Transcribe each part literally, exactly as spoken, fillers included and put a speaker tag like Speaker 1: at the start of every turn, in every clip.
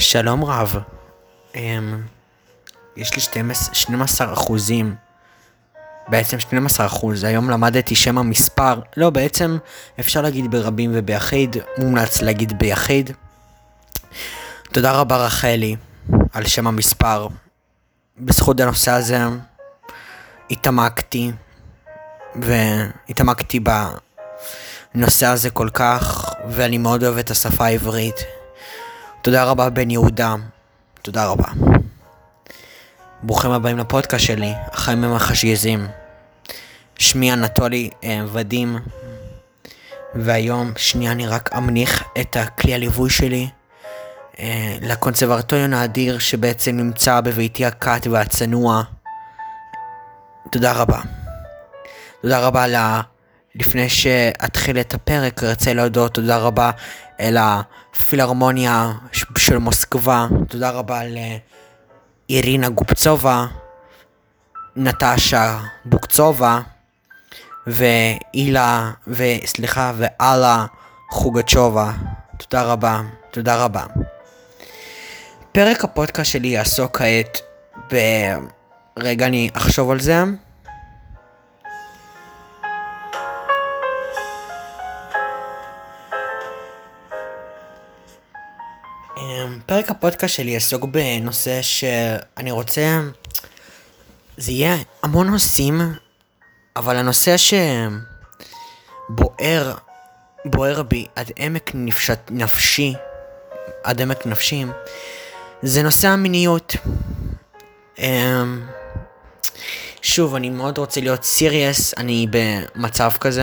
Speaker 1: שלום רב. אמ, יש לי שנים עשר אחוזים, בעצם שנים עשר אחוז. היום למדתי שם המספר, לא, בעצם אפשר להגיד ברבים וביחיד, מומלץ להגיד ביחיד. תודה רבה רחלי על שם המספר. בזכות הנושא הזה התעמקתי והתעמקתי בנושא הזה כל כך, ואני מאוד אוהב את השפה העברית. תודה רבה בן יהודה, תודה רבה. ברוכים הבאים לפודקאסט שלי, החיים הם החשייזים. שמי אנטולי אה, ודים, והיום שנייה אני רק אמניח את הכלי הליווי שלי אה, לקונסרבטוריון האדיר שבעצם נמצא בביתי הקט והצנוע. תודה רבה. תודה רבה ל... לפני שאתחיל את הפרק, רצה להודות תודה רבה אל הפילהרמוניה של מוסקבה, תודה רבה לאירינה גופצובה, נטשה בוקצובה, ואילה, וסליחה, ואלה חוגצ'ובה. תודה רבה, תודה רבה. פרק הפודקאסט שלי יעסוק כעת ברגע אני אחשוב על זה. פרק הפודקאסט שלי יעסוק בנושא שאני רוצה, זה יהיה המון נושאים, אבל הנושא שבוער, בוער בי עד עמק נפש, נפשי, עד עמק נפשי, זה נושא המיניות. שוב, אני מאוד רוצה להיות סיריוס, אני במצב כזה.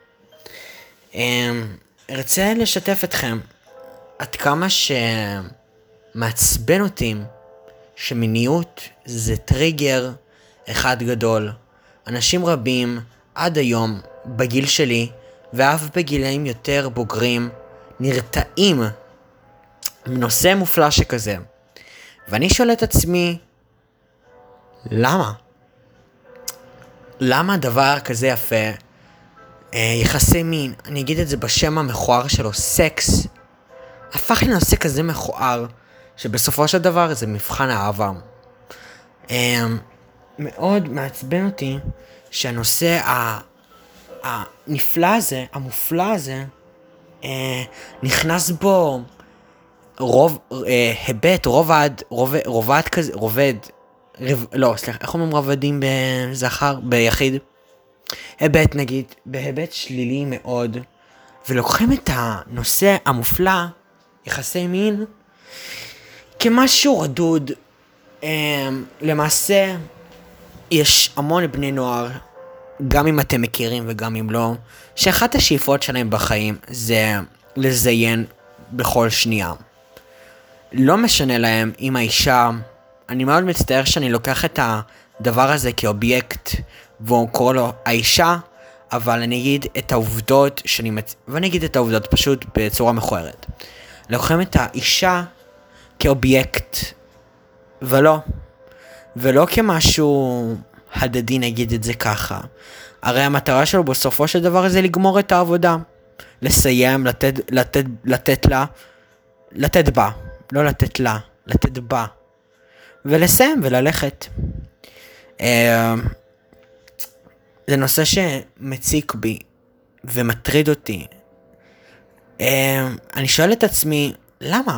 Speaker 1: ארצה לשתף אתכם עד כמה שמעצבן אותי שמיניות זה טריגר אחד גדול. אנשים רבים עד היום בגיל שלי ואף בגילאים יותר בוגרים נרתעים מנושא מופלא שכזה, ואני שואל את עצמי למה? למה דבר כזה יפה, אה, יחסי מין, אני אגיד את זה בשם המכוער שלו, סקס, הפך לנושא כזה מכוער, שבסופו של דבר זה מבחן האהבה. מאוד מעצבן אותי שהנושא הנפלא הזה, המופלא הזה, נכנס בו רוב, היבט, רובד, רובד כזה, רובד, לא, סליחה, איך אומרים רובדים בזכר, ביחיד? היבט נגיד, בהיבט שלילי מאוד, ולוקחים את הנושא המופלא, יחסי מין, כמשהו רדוד. למעשה יש המון בני נוער, גם אם אתם מכירים וגם אם לא, שאחת השאיפות שלהם בחיים זה לזיין בכל שנייה. לא משנה להם אם האישה, אני מאוד מצטער שאני לוקח את הדבר הזה כאובייקט והוא קורא לו האישה, אבל אני אגיד את העובדות שאני מצ... ואני אגיד את העובדות פשוט בצורה מכוערת. לוקחים את האישה כאובייקט, ולא, ולא כמשהו הדדי, נגיד את זה ככה. הרי המטרה שלו בסופו של דבר זה לגמור את העבודה, לסיים, לתת, לתת, לתת לה, לתת בה, לא לתת לה, לתת בה, ולסיים וללכת. זה נושא שמציק בי ומטריד אותי. אני שואל את עצמי, למה?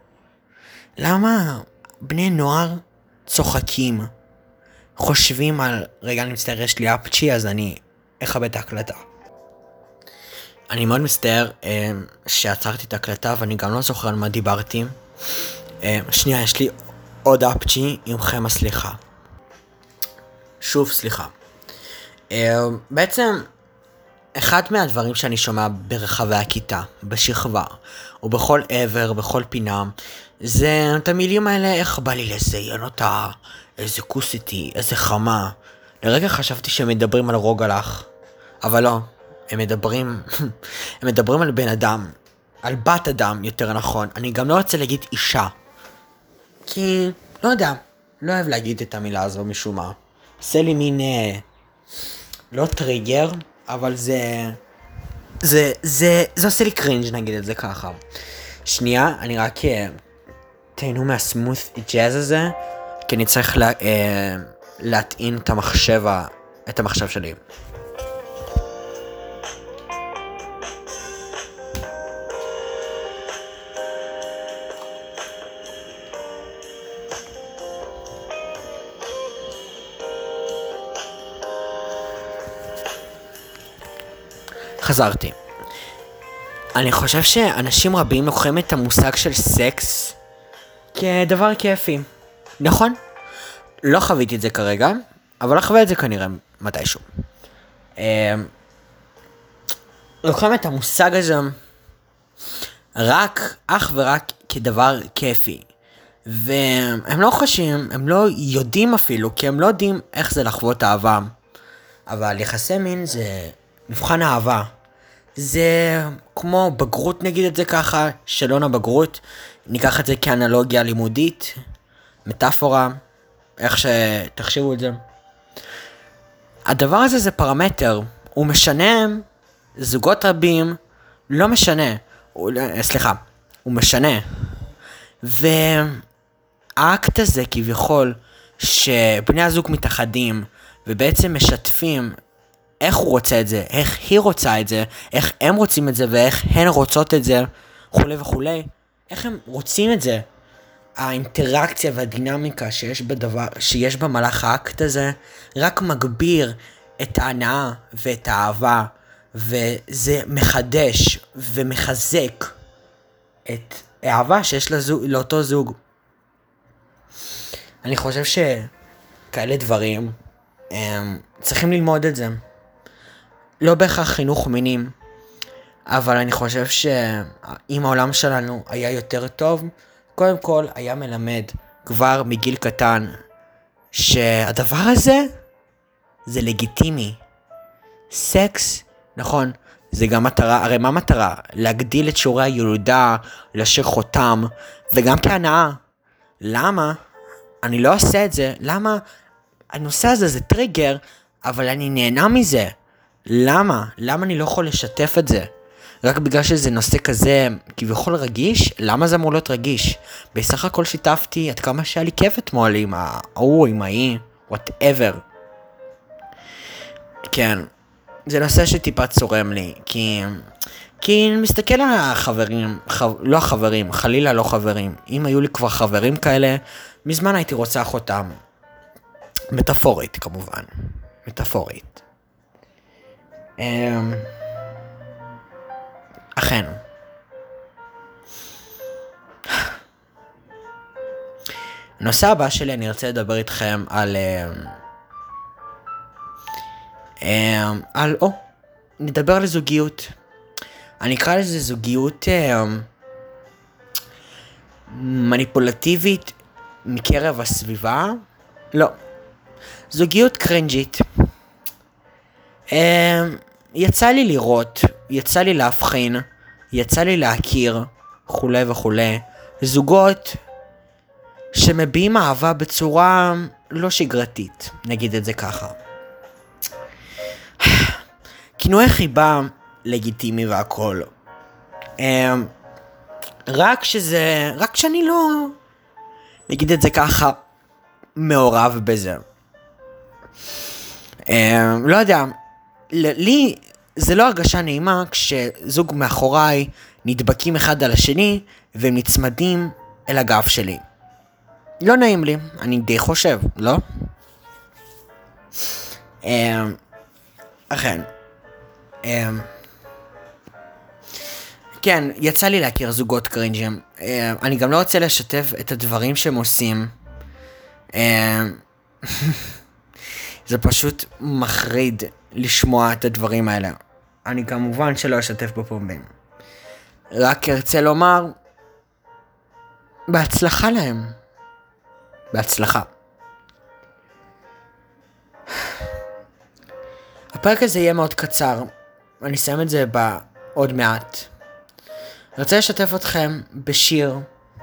Speaker 1: למה בני נוער צוחקים, חושבים על, רגע אני מצטער, יש לי אפצ'י, אז אני אכבד את ההקלטה. אני מאוד מצטער אה, שעצרתי את ההקלטה, ואני גם לא זוכר על מה דיברתי. אה, שנייה, יש לי עוד אפצ'י, עמכם הסליחה. שוב סליחה. אה, בעצם, אחד מהדברים שאני שומע ברחבי הכיתה, בשכבה, או בכל עבר, בכל פינה, זה את המילים האלה, איך בא לי לזיין אותה, איזה כוסיתי, איזה חמה. לרגע חשבתי שהם מדברים על רוגלח, אבל לא, הם מדברים, הם מדברים על בן אדם, על בת אדם יותר נכון. אני גם לא רוצה להגיד אישה, כי לא יודע, לא אוהב להגיד את המילה הזו משום מה. עושה לי מין, אה, לא טריגר, אבל זה, זה, זה, זה עושה לי קרינג' נגיד את זה ככה. שנייה, אני רק תהנו מהסמוס ג'אז הזה, כי אני צריך לה, אה, להטעין את המחשב, את המחשב שלי. חזרתי. אני חושב שאנשים רבים לוקחים את המושג של סקס כדבר כיפי. נכון? לא חוויתי את זה כרגע, אבל אחווה את זה כנראה מתישהו. לוקחים את המושג הזה רק, אך ורק כדבר כיפי. והם לא חשים, הם לא יודעים אפילו, כי הם לא יודעים איך זה לחוות אהבה. אבל יחסי מין זה מבחן אהבה. זה כמו בגרות, נגיד את זה ככה, שלון הבגרות. ניקח את זה כאנלוגיה לימודית, מטאפורה, איך שתחשבו את זה. הדבר הזה זה פרמטר, הוא משנה זוגות רבים, לא משנה, הוא, סליחה, הוא משנה. והאקט הזה כביכול, שבני הזוג מתאחדים, ובעצם משתפים איך הוא רוצה את זה, איך היא רוצה את זה, איך הם רוצים את זה, ואיך הן רוצות את זה, וכו' וכו'. איך הם רוצים את זה. האינטראקציה והדינמיקה שיש בדבר, שיש במהלך האקט הזה, רק מגביר את ההנאה ואת האהבה, וזה מחדש ומחזק את האהבה שיש לזוג, לאותו זוג. אני חושב שכאלה דברים, הם צריכים ללמוד את זה. לא בהכרח חינוך מינים, אבל אני חושב שאם העולם שלנו היה יותר טוב, קודם כל היה מלמד כבר מגיל קטן שהדבר הזה זה לגיטימי. סקס, נכון, זה גם מטרה, הרי מה מטרה? להגדיל את שיעורי הילודה, להשאיר חותם, וגם כהנאה. למה? אני לא עושה את זה. למה? הנושא הזה זה טריגר, אבל אני נהנה מזה. למה? למה אני לא יכול לשתף את זה? רק בגלל שזה נושא כזה כביכול רגיש? למה זה אמור להיות רגיש? בסך הכל שיתפתי עד כמה שהיה לי כיף אתמול עם ההוא, עם ההיא, whatever. כן, זה נושא שטיפה צורם לי, כי... כי אני מסתכל על החברים, חו... לא החברים, חלילה לא חברים. אם היו לי כבר חברים כאלה, מזמן הייתי רוצח אותם. מטאפורית כמובן, מטאפורית. אמ... אכן. הנושא הבא שלי, אני רוצה לדבר איתכם על... אמ... על... או, נדבר על זוגיות. אני אקרא לזה זוגיות אמ... מניפולטיבית מקרב הסביבה. לא. זוגיות קרינג'ית. אמ... יצא לי לראות, יצא לי להבחין, יצא לי להכיר, וכו' וכו'. זוגות שמביעים אהבה בצורה לא שגרתית, נגיד את זה ככה. כינוי חיבה לגיטימי והכל. רק שזה, רק שאני לא, נגיד את זה ככה, מעורב בזה. לא יודע, לי זה לא הרגשה נעימה כשזוג מאחוריי נדבקים אחד על השני והם נצמדים אל הגב שלי. לא נעים לי, אני די חושב, לא? אכן. כן, יצא לי להכיר זוגות קרינג'ים. אני גם לא רוצה לשתף את הדברים שהם עושים. זה פשוט מחריד לשמוע את הדברים האלה. אני כמובן שלא אשתף בפומבים. רק ארצה לומר, בהצלחה להם. בהצלחה. הפרק הזה יהיה מאוד קצר. אני אסיים את זה בעוד מעט. אני רוצה לשתף אתכם בשיר.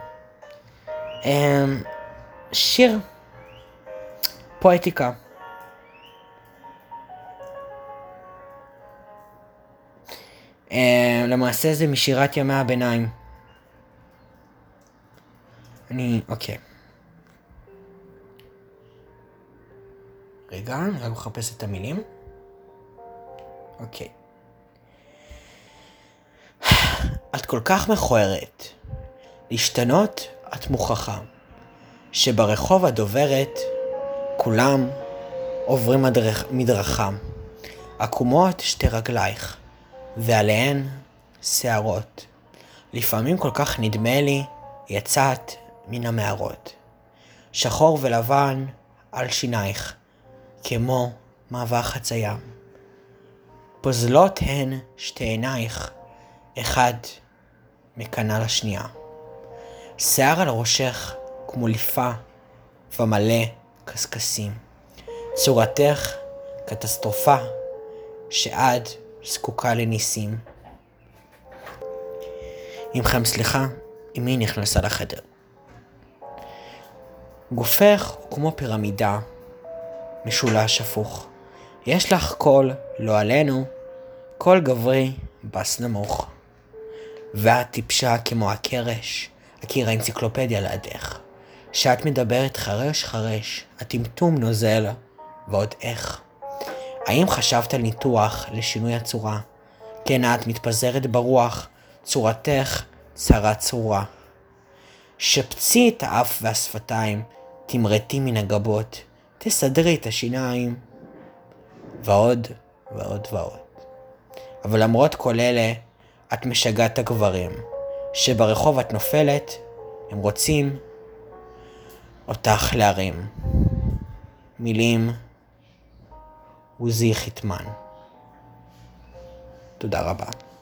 Speaker 1: שיר. פואטיקה. למעשה זה משירת ימי הביניים. אני, אוקיי. רגע, אני רק מחפש את המילים. אוקיי. את כל כך מכוערת. להשתנות את מוכרחה. שברחוב הדוברת כולם עוברים מדרך, מדרכה. עקומות שתי רגלייך, ועליהן שערות. לפעמים כל כך נדמה לי יצאת מן המערות. שחור ולבן על שינייך, כמו מעבר חצייה. פוזלות הן שתי עינייך, אחד מקנה לשנייה. שיער על ראשך כמו ליפה ומלא קסקסים. צורתך קטסטרופה שעד זקוקה לניסים. עמכם סליחה, אמי נכנסה לחדר. גופך הוא כמו פירמידה, משולש הפוך. יש לך קול, לא עלינו, קול גברי, בס נמוך. ואת טיפשה כמו הקרש, הכיר האנציקלופדיה לידך. שאת מדברת חרש חרש, הטמטום נוזל, ועוד איך. האם חשבת על ניתוח לשינוי הצורה? כן, את מתפזרת ברוח, צורתך צרה צורה. שפצי את האף והשפתיים, תמרתי מן הגבות, תסדרי את השיניים, ועוד ועוד ועוד. אבל למרות כל אלה, את משגעת הגברים, שברחוב את נופלת, הם רוצים אותך להרים. מילים עוזי חיטמן. תודה רבה.